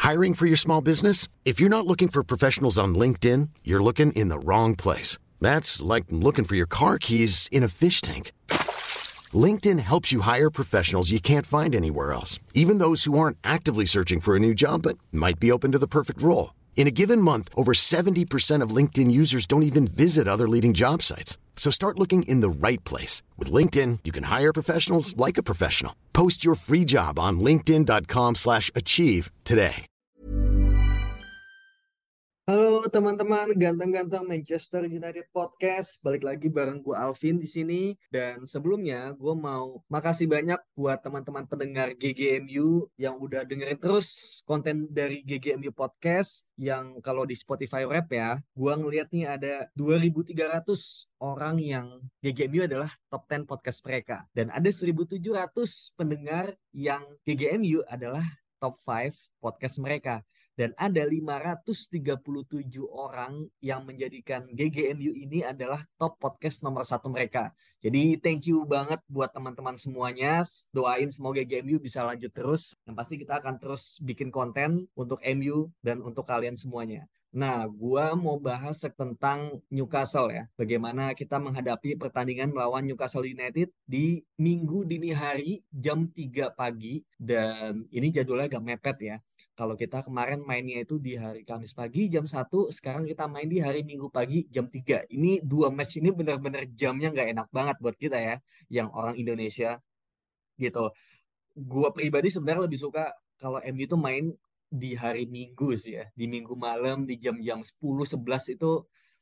Hiring for your small business? If you're not looking for professionals on LinkedIn, you're looking in the wrong place. That's like looking for your car keys in a fish tank. LinkedIn helps you hire professionals you can't find anywhere else, even those who aren't actively searching for a new job but might be open to the perfect role. In a given month, over 70% of LinkedIn users don't even visit other leading job sites. So start looking in the right place. With LinkedIn, you can hire professionals like a professional. Post your free job on linkedin.com/achieve today. Halo teman-teman, ganteng-ganteng Manchester United Podcast. Balik lagi bareng gue Alvin di sini. Dan sebelumnya gue mau makasih banyak buat teman-teman pendengar GGMU yang udah dengerin terus konten dari GGMU Podcast. Yang kalau di Spotify Rap ya, gue ngeliat nih ada 2.300 orang yang GGMU adalah top 10 podcast mereka. Dan ada 1.700 pendengar yang GGMU adalah top 5 podcast mereka. Dan ada 537 orang yang menjadikan GGMU ini adalah top podcast nomor 1 mereka. Jadi thank you banget buat teman-teman semuanya. Doain semoga GGMU bisa lanjut terus. Yang pasti kita akan terus bikin konten untuk MU dan untuk kalian semuanya. Nah, gua mau bahas tentang Newcastle ya. Bagaimana kita menghadapi pertandingan melawan Newcastle United di Minggu dini hari jam 3 pagi. Dan ini jadwalnya agak mepet ya. Kalau kita kemarin mainnya itu di hari Kamis pagi jam 1, sekarang kita main di hari Minggu pagi jam 3. Ini dua match ini benar-benar jamnya nggak enak banget buat kita ya, yang orang Indonesia gitu. Gua pribadi sebenarnya lebih suka kalau MU itu main di hari Minggu sih ya, di Minggu malam di jam-jam 10, 11 itu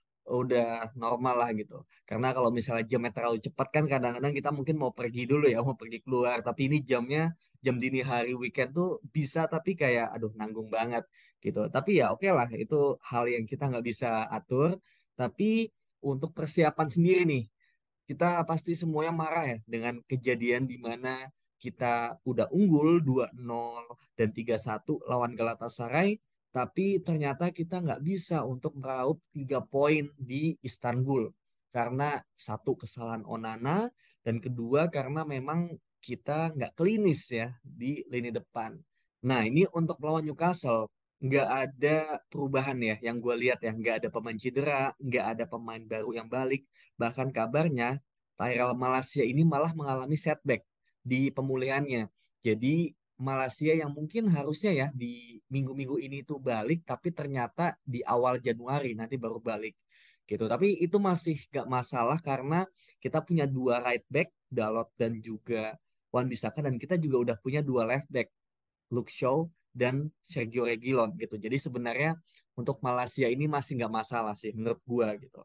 udah normal lah gitu. Karena kalau misalnya jamnya terlalu cepat kan kadang-kadang kita mungkin mau pergi dulu ya, mau pergi keluar. Tapi ini jamnya jam dini hari weekend tuh bisa tapi kayak aduh nanggung banget gitu. Tapi ya oke lah itu hal yang kita nggak bisa atur. Tapi untuk persiapan sendiri nih, kita pasti semuanya marah ya dengan kejadian di mana kita udah unggul 2-0 dan 3-1 lawan Galatasaray, tapi ternyata kita nggak bisa untuk meraup 3 poin di Istanbul. Karena satu, kesalahan Onana, dan kedua karena memang kita nggak klinis ya di lini depan. Nah ini untuk melawan Newcastle, nggak ada perubahan ya yang gue lihat ya. Nggak ada pemain cedera, nggak ada pemain baru yang balik. Bahkan kabarnya Tyrell Malacia ini malah mengalami setback di pemulihannya. Jadi Malaysia yang mungkin harusnya ya di minggu-minggu ini tuh balik, tapi ternyata di awal Januari nanti baru balik gitu. Tapi itu masih gak masalah karena kita punya dua right back, Dalot dan juga Wan Bissaka, dan kita juga udah punya dua left back, Luke Shaw dan Sergio Reguilon gitu. Jadi sebenarnya untuk Malaysia ini masih nggak masalah sih menurut gua gitu.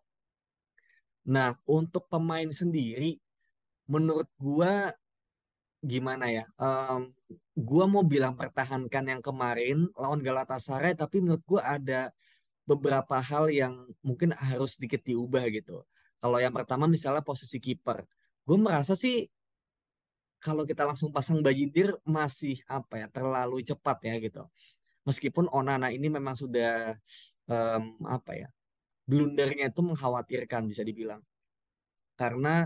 Nah, untuk pemain sendiri, menurut gua gimana ya? Gua mau bilang pertahankan yang kemarin lawan Galatasaray, tapi menurut gua ada beberapa hal yang mungkin harus sedikit diubah gitu. Kalau yang pertama misalnya posisi kiper, gue merasa sih kalau kita langsung pasang Bajintir masih apa ya terlalu cepat ya gitu. Meskipun Onana ini memang sudah apa ya blundernya itu mengkhawatirkan bisa dibilang. Karena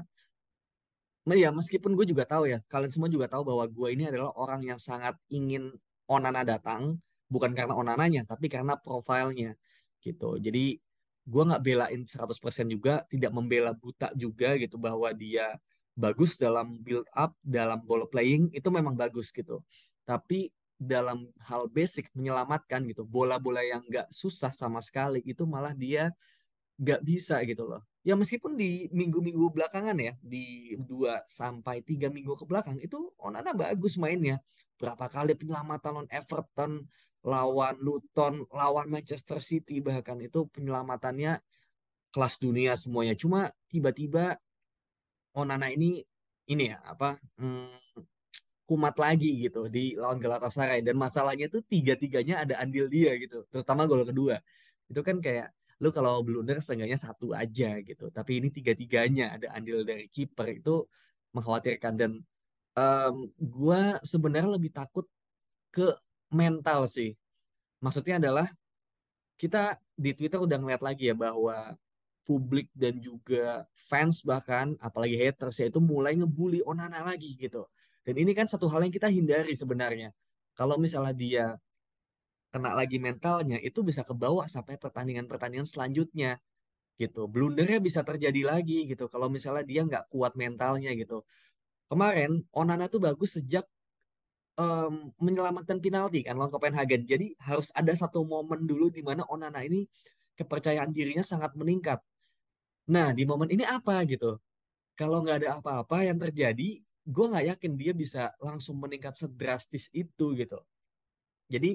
ya meskipun gue juga tahu ya, kalian semua juga tahu bahwa gue ini adalah orang yang sangat ingin Onana datang, bukan karena Onananya, tapi karena profilnya gitu. Jadi gue nggak belain 100% juga, tidak membela buta juga gitu bahwa dia bagus dalam build up, dalam ball playing itu memang bagus gitu. Tapi dalam hal basic menyelamatkan gitu, bola-bola yang nggak susah sama sekali itu malah dia nggak bisa gitu loh. Ya meskipun di minggu-minggu belakangan ya, di 2 sampai 3 minggu ke belakang itu Onana bagus mainnya. Berapa kali penyelamatan lawan Everton, lawan Luton, lawan Manchester City bahkan itu penyelamatannya kelas dunia semuanya. Cuma tiba-tiba Onana ini ya apa kumat lagi gitu di lawan Galatasaray, dan masalahnya tuh tiga-tiganya ada andil dia gitu, terutama gol kedua. Itu kan kayak lu kalau blunder seenggaknya satu aja gitu, tapi ini tiga-tiganya ada andil dari kiper, itu mengkhawatirkan. Dan em, gua sebenarnya lebih takut ke mental sih. Maksudnya adalah kita di Twitter udah ngeliat lagi ya bahwa publik dan juga fans bahkan apalagi haters ya itu mulai ngebully Onana lagi gitu. Dan ini kan satu hal yang kita hindari sebenarnya. Kalau misalnya dia kena lagi mentalnya, itu bisa kebawa sampai pertandingan-pertandingan selanjutnya gitu. Blundernya bisa terjadi lagi gitu. Kalau misalnya dia nggak kuat mentalnya gitu. Kemarin Onana tuh bagus sejak menyelamatkan penalti kan lawan Copenhagen. Jadi harus ada satu momen dulu di mana Onana ini kepercayaan dirinya sangat meningkat. Nah, di momen ini apa gitu? Kalau nggak ada apa-apa yang terjadi, gue nggak yakin dia bisa langsung meningkat sedrastis itu gitu. Jadi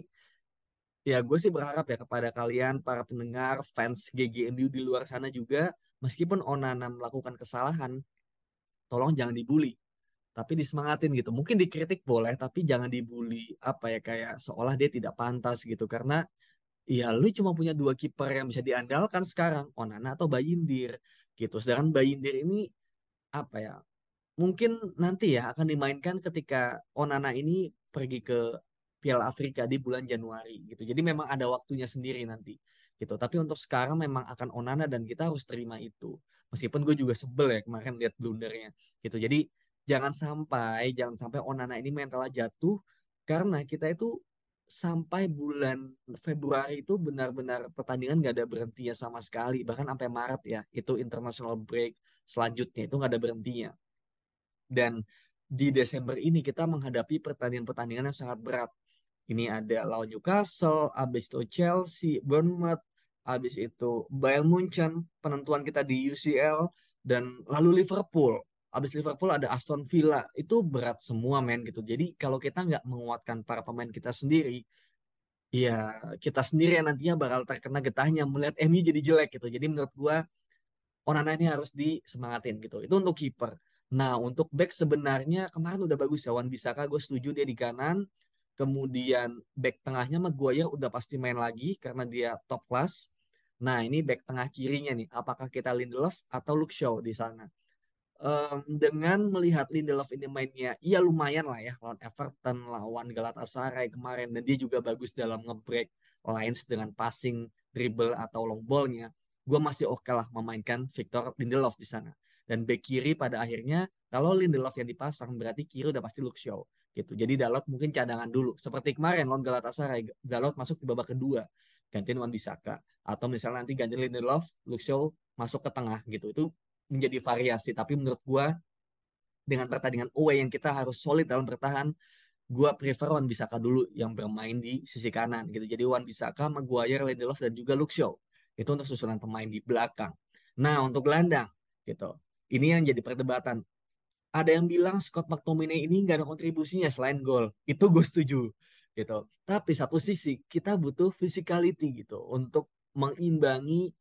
ya gue sih berharap ya kepada kalian para pendengar fans GGMU di luar sana juga, meskipun Onana melakukan kesalahan, tolong jangan dibully, tapi disemangatin gitu. Mungkin dikritik boleh, tapi jangan dibully apa ya kayak seolah dia tidak pantas gitu. Karena ya lu cuma punya dua kiper yang bisa diandalkan sekarang, Onana atau Bayindir gitu. Sedangkan Bayindir ini apa ya? Mungkin nanti ya akan dimainkan ketika Onana ini pergi ke Piala Afrika di bulan Januari gitu. Jadi memang ada waktunya sendiri nanti gitu. Tapi untuk sekarang memang akan Onana dan kita harus terima itu. Meskipun gue juga sebel ya kemarin lihat blundernya gitu. Jadi jangan sampai Onana ini mentalnya jatuh karena kita itu sampai bulan Februari itu benar-benar pertandingan gak ada berhentinya sama sekali. Bahkan sampai Maret ya, itu international break selanjutnya itu nggak ada berhentinya. Dan di Desember ini kita menghadapi pertandingan-pertandingan yang sangat berat. Ini ada lawan Newcastle, habis itu Chelsea, Bournemouth, habis itu Bayern Munchen, penentuan kita di UCL, dan lalu Liverpool. Habis Liverpool ada Aston Villa. Itu berat semua men gitu. Jadi kalau kita nggak menguatkan para pemain kita sendiri, ya kita sendiri yang nantinya bakal terkena getahnya melihat MU jadi jelek gitu. Jadi menurut gua Onana ini harus disemangatin gitu. Itu untuk kiper. Nah, untuk back sebenarnya kemarin udah bagus ya. Wan Bisaka gue setuju dia di kanan. Kemudian back tengahnya Maguire udah pasti main lagi karena dia top class. Nah, ini back tengah kirinya nih. Apakah kita Lindelof atau Luke Shaw di sana? Dengan melihat Lindelof ini mainnya, ya lumayan lah ya lawan Everton, lawan Galatasaray kemarin, dan dia juga bagus dalam ngebreak lines dengan passing, dribble atau long ballnya. Gue masih oke lah memainkan Victor Lindelof di sana. Dan back kiri pada akhirnya kalau Lindelof yang dipasang berarti kiri udah pasti Luke Shaw gitu. Jadi Dalot mungkin cadangan dulu. Seperti kemarin lawan Galatasaray, Dalot masuk di babak kedua, gantiin Wan Bissaka. Atau misalnya nanti ganti Lindelof, Luke Shaw masuk ke tengah gitu. Itu menjadi variasi. Tapi menurut gue dengan pertandingan away yang kita harus solid dalam bertahan, gue prefer Wan Bisaka dulu yang bermain di sisi kanan gitu. Jadi Wan Bisaka, Maguire, Lindelof dan juga Luke Shaw. Itu untuk susunan pemain di belakang. Nah, untuk gelandang gitu. Ini yang jadi perdebatan. Ada yang bilang Scott McTominay ini nggak ada kontribusinya selain gol. Itu gue setuju gitu. Tapi satu sisi kita butuh physicality gitu untuk mengimbangi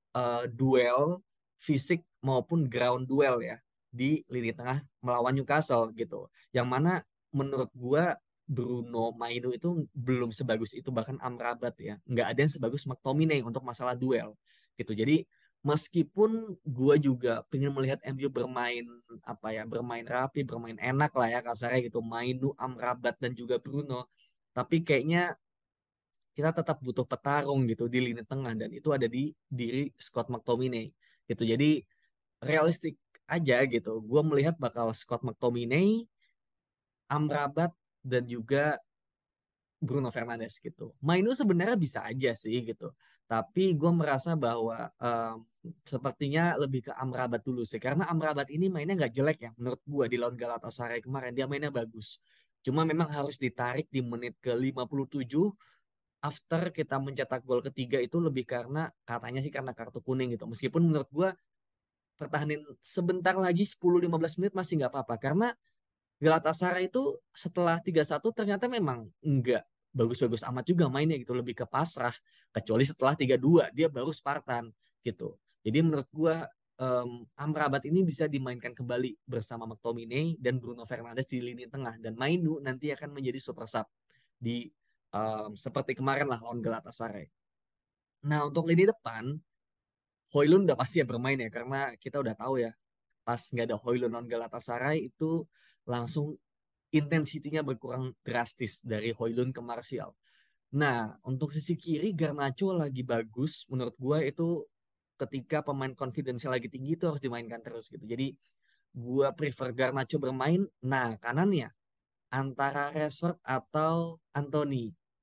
duel fisik maupun ground duel ya di lini tengah melawan Newcastle gitu. Yang mana menurut gua Bruno Mainu itu belum sebagus itu, bahkan Amrabat ya. Nggak ada yang sebagus McTominay untuk masalah duel gitu. Jadi meskipun gua juga pengen melihat MU bermain apa ya, bermain rapi, bermain enak lah ya kasarnya gitu. Mainu, Amrabat dan juga Bruno. Tapi kayaknya kita tetap butuh petarung gitu di lini tengah dan itu ada di diri Scott McTominay gitu. Jadi realistik aja gitu. Gue melihat bakal Scott McTominay, Amrabat dan juga Bruno Fernandes gitu. Mainu sebenarnya bisa aja sih gitu. Tapi gue merasa bahwa sepertinya lebih ke Amrabat dulu sih. Karena Amrabat ini mainnya nggak jelek ya. Menurut gue di lawan Galatasaray kemarin dia mainnya bagus. Cuma memang harus ditarik di menit ke 57 after kita mencetak gol ketiga itu lebih karena katanya sih karena kartu kuning gitu. Meskipun menurut gue pertahanin sebentar lagi 10-15 menit masih nggak apa-apa karena Galatasaray itu setelah 3-1 ternyata memang nggak bagus-bagus amat juga mainnya gitu, lebih ke pasrah. Kecuali setelah 3-2 dia baru Spartan gitu. Jadi menurut gue Amrabat ini bisa dimainkan kembali bersama McTominay dan Bruno Fernandes di lini tengah dan Mainu nanti akan menjadi super sub di seperti kemarin lah lawan Galatasaray. Nah untuk lini depan Højlund udah pasti ya bermain ya karena kita udah tahu ya pas nggak ada Højlund lawan Galatasaray itu langsung intensitinya berkurang drastis dari Højlund ke Martial. Nah untuk sisi kiri Garnacho lagi bagus menurut gue itu ketika pemain confidence lagi tinggi itu harus dimainkan terus gitu. Jadi gue prefer Garnacho bermain. Nah kanannya antara Rashford atau Anthony.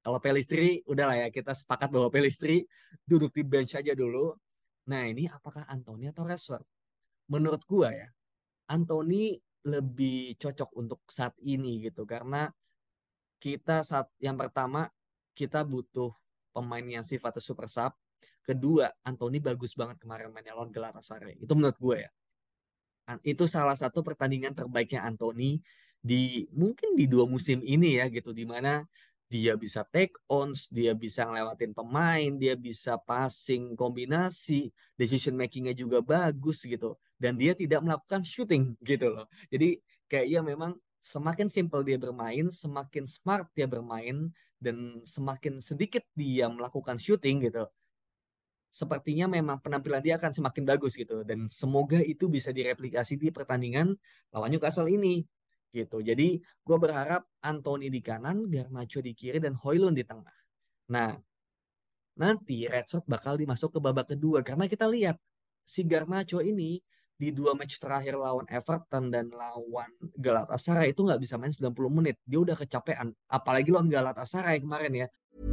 Kalau Pellistri, udahlah ya kita sepakat bahwa Pellistri duduk di bench aja dulu. Nah ini apakah Anthony atau Rashford? Menurut gua ya, Anthony lebih cocok untuk saat ini gitu karena kita saat yang pertama kita butuh pemain yang sifatnya super sub. Kedua, Anthony bagus banget kemarin mainnya lawan Galatasaray. Itu menurut gue ya. Itu salah satu pertandingan terbaiknya Anthony mungkin di 2 musim ini ya gitu, di mana dia bisa take ons, dia bisa ngelewatin pemain, dia bisa passing kombinasi, decision makingnya juga bagus gitu, dan dia tidak melakukan shooting gitu loh. Jadi kayak ya memang semakin simple dia bermain, semakin smart dia bermain, dan semakin sedikit dia melakukan shooting gitu, sepertinya memang penampilan dia akan semakin bagus gitu, dan semoga itu bisa direplikasi di pertandingan lawan Newcastle ini gitu. Jadi gue berharap Anthony di kanan, Garnacho di kiri, dan Højlund di tengah. Nah nanti Rashford bakal dimasuk ke babak kedua karena kita lihat si Garnacho ini di 2 match terakhir lawan Everton dan lawan Galatasaray itu nggak bisa main 90 menit. Dia udah kecapean. Apalagi lawan Galatasaray kemarin ya.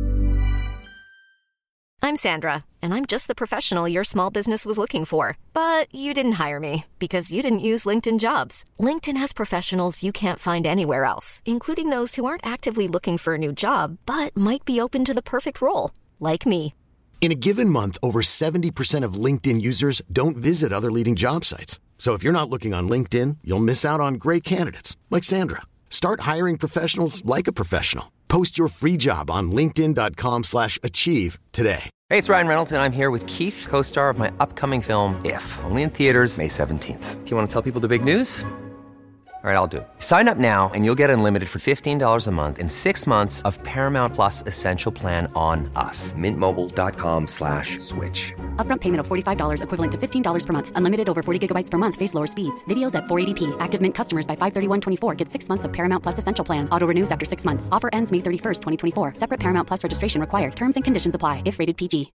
I'm Sandra, and I'm just the professional your small business was looking for. But you didn't hire me because you didn't use LinkedIn Jobs. LinkedIn has professionals you can't find anywhere else, including those who aren't actively looking for a new job, but might be open to the perfect role, like me. In a given month, over 70% of LinkedIn users don't visit other leading job sites. So if you're not looking on LinkedIn, you'll miss out on great candidates like Sandra. Start hiring professionals like a professional. Post your free job on linkedin.com/achieve today. Hey, it's Ryan Reynolds, and I'm here with Keith, co-star of my upcoming film, If, only in theaters May 17th. Do you want to tell people the big news? All right, I'll do it. Sign up now and you'll get unlimited for $15 a month and 6 months of Paramount Plus Essential Plan on us. Mintmobile.com/switch. Upfront payment of $45 equivalent to $15 per month. Unlimited over 40 gigabytes per month. Face lower speeds. Videos at 480p. Active Mint customers by 531.24 get 6 months of Paramount Plus Essential Plan. Auto renews after 6 months. Offer ends May 31st, 2024. Separate Paramount Plus registration required. Terms and conditions apply if rated PG.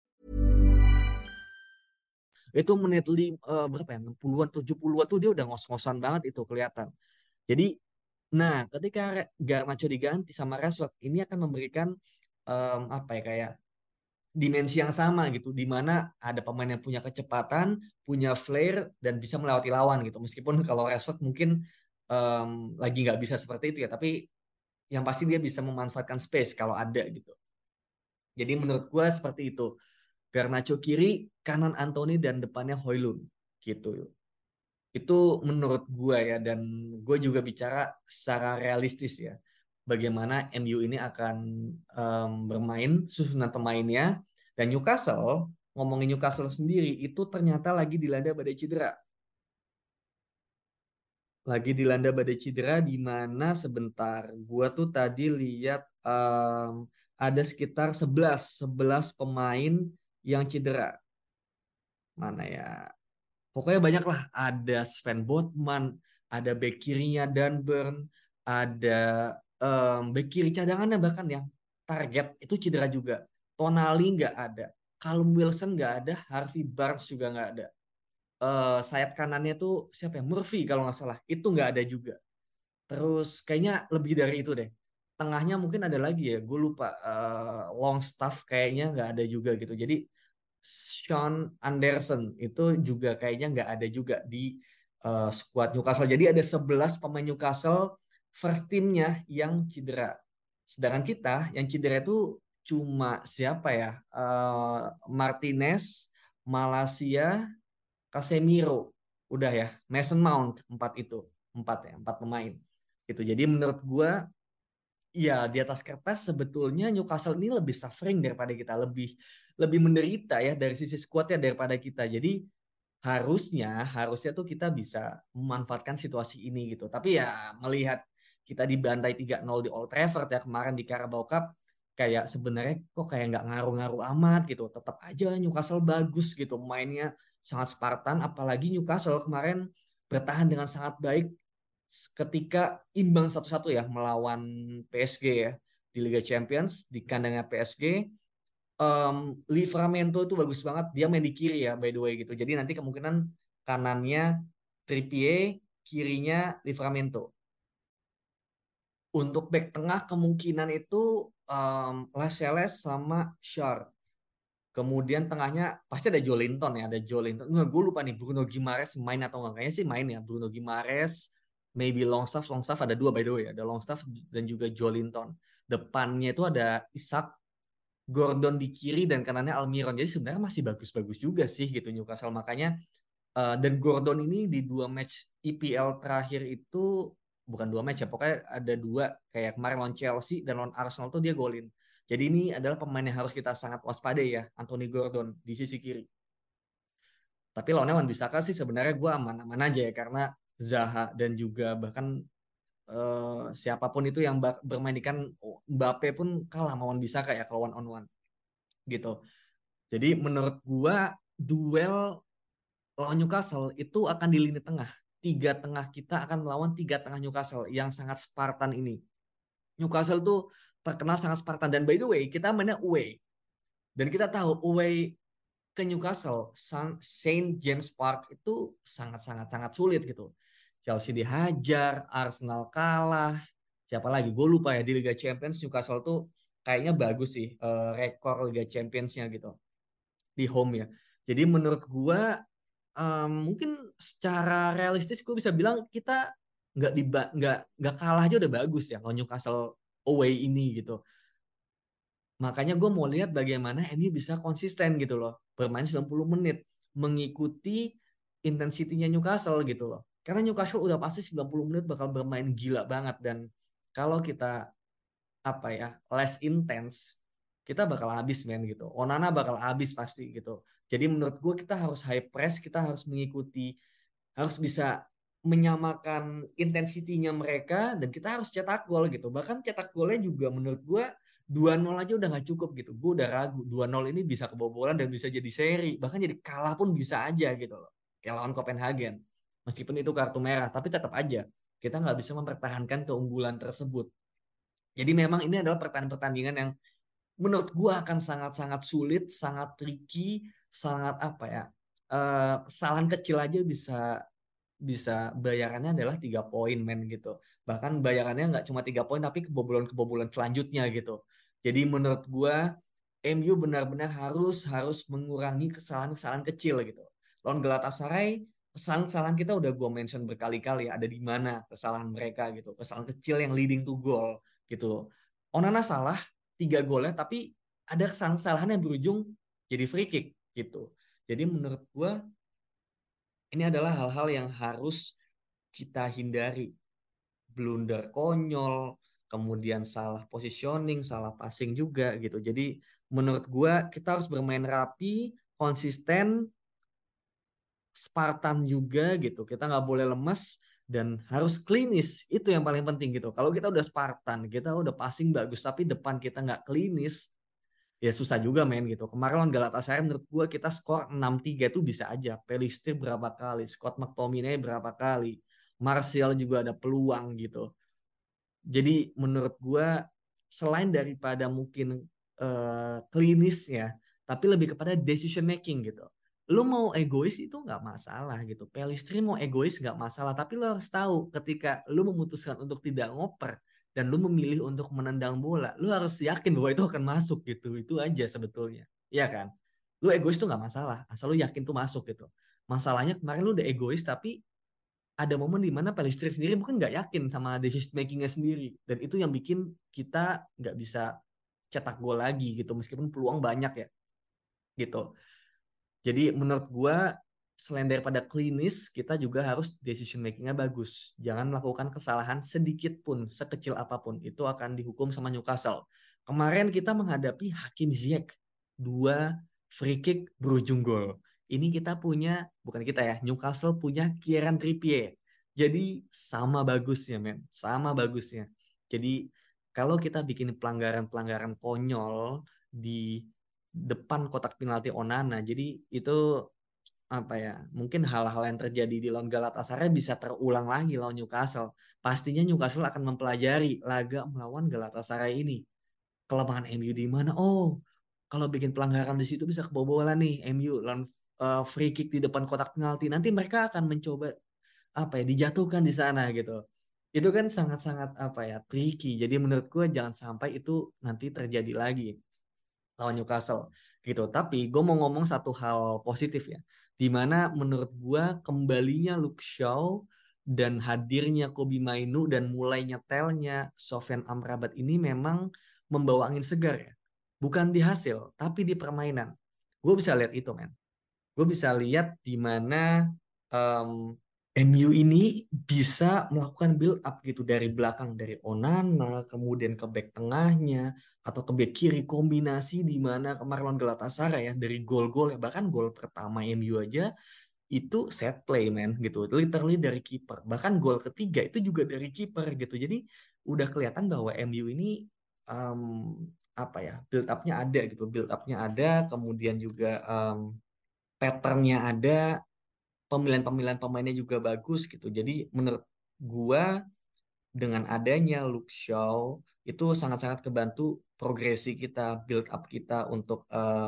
Itu menit berapa ya? 60-an, 70-an tuh dia udah ngos-ngosan banget itu kelihatan. Jadi, nah ketika Garnacho diganti sama Rashford, ini akan memberikan apa ya, kayak dimensi yang sama gitu, di mana ada pemain yang punya kecepatan, punya flair, dan bisa melewati lawan gitu. Meskipun kalau Rashford mungkin lagi nggak bisa seperti itu ya, tapi yang pasti dia bisa memanfaatkan space kalau ada gitu. Jadi menurut gue seperti itu. Garnacho kiri, kanan Anthony, dan depannya Højlund gitu. Itu menurut gue ya, dan gue juga bicara secara realistis ya, bagaimana MU ini akan bermain, susunan pemainnya. Dan Newcastle, ngomongin Newcastle sendiri, itu ternyata lagi dilanda badai cedera. Di mana sebentar, gue tuh tadi lihat ada sekitar 11 pemain yang cedera. Mana ya? Pokoknya banyak lah. Ada Sven Botman, ada bek kirinya Dan Burn, ada bek kiri cadangannya bahkan yang target itu cedera juga. Tonali nggak ada, Callum Wilson nggak ada, Harvey Barnes juga nggak ada. Sayap kanannya tuh siapa ya? Murphy kalau nggak salah, itu nggak ada juga. Terus kayaknya lebih dari itu deh. Tengahnya mungkin ada lagi ya, gue lupa. Longstaff kayaknya nggak ada juga gitu. Jadi Sean Anderson itu juga kayaknya nggak ada juga di skuad Newcastle. Jadi ada 11 pemain Newcastle first teamnya yang cedera. Sedangkan kita yang cedera itu cuma siapa ya? Martinez, Malacia, Casemiro. Udah ya, Mason Mount, 4 pemain. Gitu. Jadi menurut gue ya di atas kertas sebetulnya Newcastle ini lebih suffering daripada kita, lebih menderita ya dari sisi skuadnya daripada kita. Jadi harusnya tuh kita bisa memanfaatkan situasi ini gitu. Tapi ya melihat kita dibantai 3-0 di Old Trafford ya kemarin di Carabao Cup, kayak sebenarnya kok kayak nggak ngaruh-ngaruh amat gitu. Tetap aja Newcastle bagus gitu, mainnya sangat Spartan. Apalagi Newcastle kemarin bertahan dengan sangat baik ketika imbang 1-1 ya melawan PSG ya di Liga Champions di kandangnya PSG. Livramento itu bagus banget, dia main di kiri ya by the way gitu. Jadi nanti kemungkinan kanannya Trippier, kirinya Livramento. Untuk back tengah kemungkinan itu Lascelles sama Shar. Kemudian tengahnya pasti ada Joelinton ya, ada Joelinton. Nggak, gue lupa nih Bruno Guimaraes main atau enggak. Kayaknya sih main ya, Bruno Guimaraes, maybe Longstaff ada dua by the way, ada Longstaff dan juga Joelinton. Depannya itu ada Isak, Gordon di kiri dan kanannya Almiron. Jadi sebenarnya masih bagus-bagus juga sih gitu Newcastle. Makanya dan Gordon ini di 2 match EPL terakhir itu bukan 2 match ya, pokoknya ada 2 kayak kemarin lawan Chelsea dan lawan Arsenal tuh dia golin. Jadi ini adalah pemain yang harus kita sangat waspadai ya, Anthony Gordon di sisi kiri. Tapi lawannya Wan Bissaka sih sebenarnya gue aman-aman aja ya karena Zaha dan juga bahkan siapapun itu yang bermain di kan Mbappe pun kalah sama Wan Bissaka ya kalau one on one gitu. Jadi menurut gue duel lawan Newcastle itu akan di lini tengah. 3 tengah kita akan melawan 3 tengah Newcastle yang sangat Spartan ini. Newcastle tuh terkenal sangat Spartan dan by the way kita mainnya away. Dan kita tahu away ke Newcastle, Saint James Park itu sangat sulit gitu. Chelsea dihajar, Arsenal kalah. Siapa lagi? Gue lupa ya di Liga Champions Newcastle tuh kayaknya bagus sih rekor Liga Champions-nya gitu di home ya. Jadi menurut gue mungkin secara realistis gue bisa bilang kita nggak kalah aja udah bagus ya kalau Newcastle away ini gitu. Makanya gue mau lihat bagaimana MU bisa konsisten gitu loh bermain 90 menit mengikuti intensitinya Newcastle gitu loh. Karena Newcastle udah pasti 90 menit bakal bermain gila banget dan kalau kita less intense kita bakal habis men gitu. Onana bakal habis pasti gitu. Jadi menurut gue kita harus high press, kita harus mengikuti, harus bisa menyamakan intensitinya mereka dan kita harus cetak gol gitu. Bahkan cetak golnya juga menurut gue 2-0 aja udah gak cukup gitu. Gue udah ragu 2-0 ini bisa kebobolan dan bisa jadi seri. Bahkan jadi kalah pun bisa aja gitu loh. Kayak lawan Copenhagen. Meskipun itu kartu merah, tapi tetap aja kita nggak bisa mempertahankan keunggulan tersebut. Jadi memang ini adalah pertandingan yang menurut gue akan sangat-sangat sulit, sangat tricky, sangat kesalahan kecil aja bisa bayarannya adalah 3 poin men gitu. Bahkan bayarannya nggak cuma 3 poin tapi kebobolan selanjutnya gitu. Jadi menurut gue MU benar-benar harus mengurangi kesalahan-kesalahan kecil gitu. Lawan Galatasaray kesalahan-kesalahan kita udah gue mention berkali-kali ada di mana kesalahan mereka gitu. Kesalahan kecil yang leading to goal gitu. Onana salah 3 golnya tapi ada kesalahan yang berujung jadi free kick gitu. Jadi menurut gue ini adalah hal-hal yang harus kita hindari. Blunder konyol, kemudian salah positioning, salah passing juga gitu. Jadi menurut gue kita harus bermain rapi, konsisten, Spartan juga gitu. Kita nggak boleh lemas dan harus klinis. Itu yang paling penting gitu. Kalau kita udah Spartan, kita udah passing bagus, tapi depan kita nggak klinis, ya susah juga main gitu. Kemarin lawan Galatasaray menurut gue kita skor 6-3 itu bisa aja. Pelister berapa kali, Scott McTominay berapa kali, Martial juga ada peluang gitu. Jadi menurut gue selain daripada mungkin klinisnya, tapi lebih kepada decision making gitu. Lu mau egois itu nggak masalah gitu. Pelistri mau egois nggak masalah, tapi lu harus tahu ketika lu memutuskan untuk tidak ngoper dan lu memilih untuk menendang bola, lu harus yakin bahwa itu akan masuk gitu. Itu aja sebetulnya. Iya kan? Lu egois tuh nggak masalah, asal lu yakin tuh masuk gitu. Masalahnya kemarin lu udah egois tapi ada momen di mana Pellistri sendiri mungkin nggak yakin sama decision makingnya sendiri dan itu yang bikin kita nggak bisa cetak gol lagi gitu meskipun peluang banyak ya gitu. Jadi menurut gue selain daripada klinis kita juga harus decision makingnya bagus. Jangan melakukan kesalahan sedikit pun sekecil apapun itu akan dihukum sama Newcastle. Kemarin kita menghadapi Hakim Ziyech 2 free kick berujung gol. Ini kita punya, bukan kita ya, Newcastle punya Kieran Trippier. Jadi sama bagusnya men, sama bagusnya. Jadi kalau kita bikin pelanggaran-pelanggaran konyol di depan kotak penalti Onana, jadi itu mungkin hal-hal yang terjadi di lawan Galatasaray bisa terulang lagi lawan Newcastle. Pastinya Newcastle akan mempelajari laga melawan Galatasaray ini. Kelemahan MU di mana? Oh, kalau bikin pelanggaran di situ bisa kebobolan nih MU lawan free kick di depan kotak penalti. Nanti mereka akan mencoba dijatuhkan di sana gitu. Itu kan sangat-sangat apa ya, tricky. Jadi menurut gue jangan sampai itu nanti terjadi lagi lawan Newcastle gitu. Tapi gue mau ngomong satu hal positif ya, di mana menurut gue kembalinya Luke Shaw dan hadirnya Kobbie Mainoo dan mulai nyetelnya Sofyan Amrabat ini memang membawa angin segar ya. Bukan di hasil, tapi di permainan. Gue bisa lihat itu, men. Gue bisa lihat di mana em, MU ini bisa melakukan build up gitu dari belakang, dari Onana kemudian ke back tengahnya atau ke back kiri, kombinasi di mana kemarin lawan Galatasaray ya, dari gol-gol ya, bahkan gol pertama MU aja itu set play, man, gitu, literally dari kiper, bahkan gol ketiga itu juga dari kiper gitu. Jadi udah kelihatan bahwa MU ini em, apa ya, build upnya ada gitu, build upnya ada, kemudian juga patternnya ada, pemilihan-pemilihan pemainnya juga bagus gitu. Jadi menurut gua dengan adanya Luke Shaw itu sangat-sangat kebantu progresi kita, build up kita untuk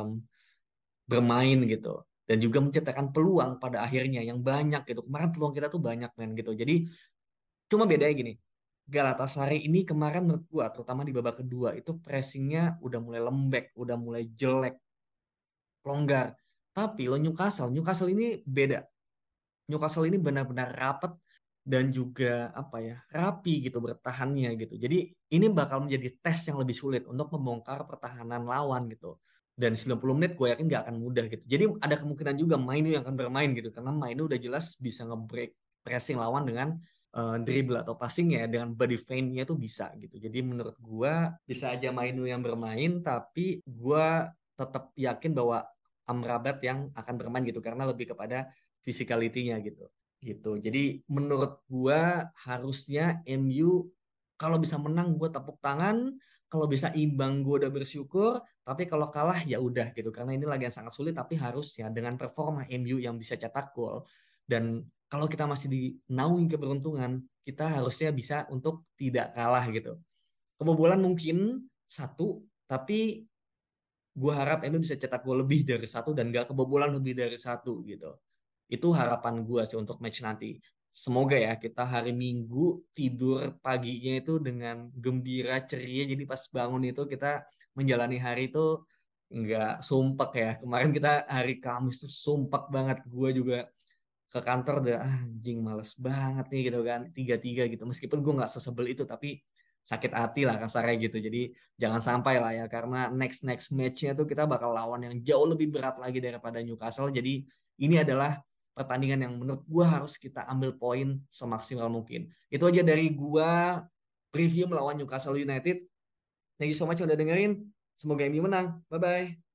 bermain gitu. Dan juga menciptakan peluang pada akhirnya yang banyak gitu. Kemarin peluang kita tuh banyak, men, gitu. Jadi cuma bedanya gini. Galatasaray ini kemarin menurut gua terutama di babak kedua itu pressingnya udah mulai lembek, udah mulai jelek, longgar. Tapi lo Newcastle ini beda. Newcastle ini benar-benar rapat dan juga apa ya, rapi gitu bertahannya gitu. Jadi ini bakal menjadi tes yang lebih sulit untuk membongkar pertahanan lawan gitu. Dan 90 menit gue yakin gak akan mudah gitu. Jadi ada kemungkinan juga Mainu yang akan bermain gitu. Karena Mainu udah jelas bisa nge-break pressing lawan dengan dribble atau passing ya. Dengan body feint-nya itu bisa gitu. Jadi menurut gue bisa aja Mainu yang bermain. Tapi gue tetap yakin bahwa Amrabat yang akan bermain gitu. Karena lebih kepada physicality-nya gitu. Gitu. Jadi menurut gua harusnya MU kalau bisa menang gua tepuk tangan, kalau bisa imbang gua udah bersyukur, tapi kalau kalah ya udah gitu. Karena ini lagi yang sangat sulit, tapi harusnya dengan performa MU yang bisa cetak gol dan kalau kita masih di naungi keberuntungan, kita harusnya bisa untuk tidak kalah gitu. Kebobolan mungkin satu, tapi gue harap MU bisa cetak gol lebih dari satu dan gak kebobolan lebih dari satu gitu. Itu harapan gue sih untuk match nanti. Semoga ya kita hari Minggu tidur paginya itu dengan gembira, ceria. Jadi pas bangun itu kita menjalani hari itu nggak sumpek ya. Kemarin kita hari Kamis tuh sumpek banget. Gue juga ke kantor udah anjing males banget nih gitu kan, 3-3 gitu, meskipun gue nggak sesebel itu tapi sakit hati lah kasarnya gitu. Jadi jangan sampai lah ya, karena next next matchnya tuh kita bakal lawan yang jauh lebih berat lagi daripada Newcastle. Jadi ini adalah pertandingan yang menurut gue harus kita ambil poin semaksimal mungkin. Itu aja dari gue preview melawan Newcastle United. Thank you so much udah dengerin, semoga MU menang, bye bye.